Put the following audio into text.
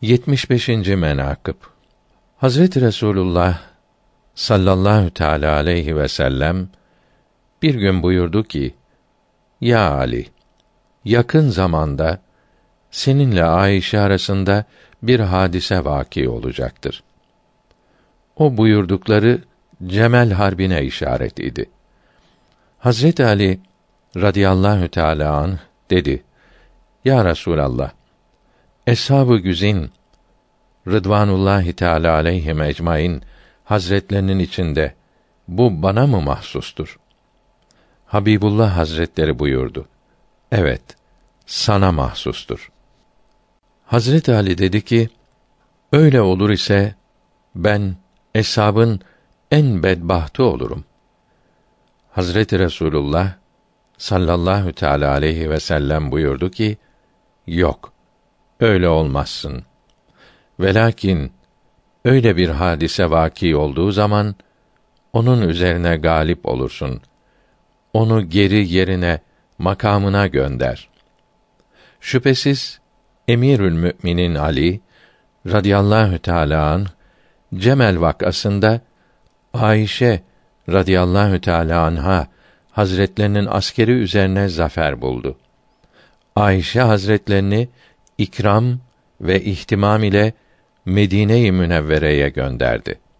75. menakıb. Hazreti Resulullah sallallahu teâlâ aleyhi ve sellem bir gün buyurdu ki: Ya Ali, yakın zamanda seninle Ayşe arasında bir hadise vâki olacaktır. O buyurdukları Cemel Harbi'ne işaret idi. Hazreti Ali radıyallahu teâlâ anh dedi: Ya Resulallah, Eshab-ı Güzin Rıdvanullahi Teâlâ aleyhim ecmaîn hazretlerinin içinde bu bana mı mahsustur? Habibullah Hazretleri buyurdu: Evet, sana mahsustur. Hazreti Ali dedi ki: Öyle olur ise ben eshabın en bedbahtı olurum. Hazreti Resulullah sallallahu teâlâ aleyhi ve sellem buyurdu ki: Yok, öyle olmazsın. Velakin öyle bir hadise vâki olduğu zaman onun üzerine galip olursun. Onu geri yerine, makamına gönder. Şüphesiz Emirül Müminin Ali radıyallahu teâlâ anh Cemel vakasında Ayşe radıyallahu teâlâ anha hazretlerinin askeri üzerine zafer buldu. Ayşe hazretlerini ikram ve ihtimam ile Medine-i Münevvere'ye gönderdi.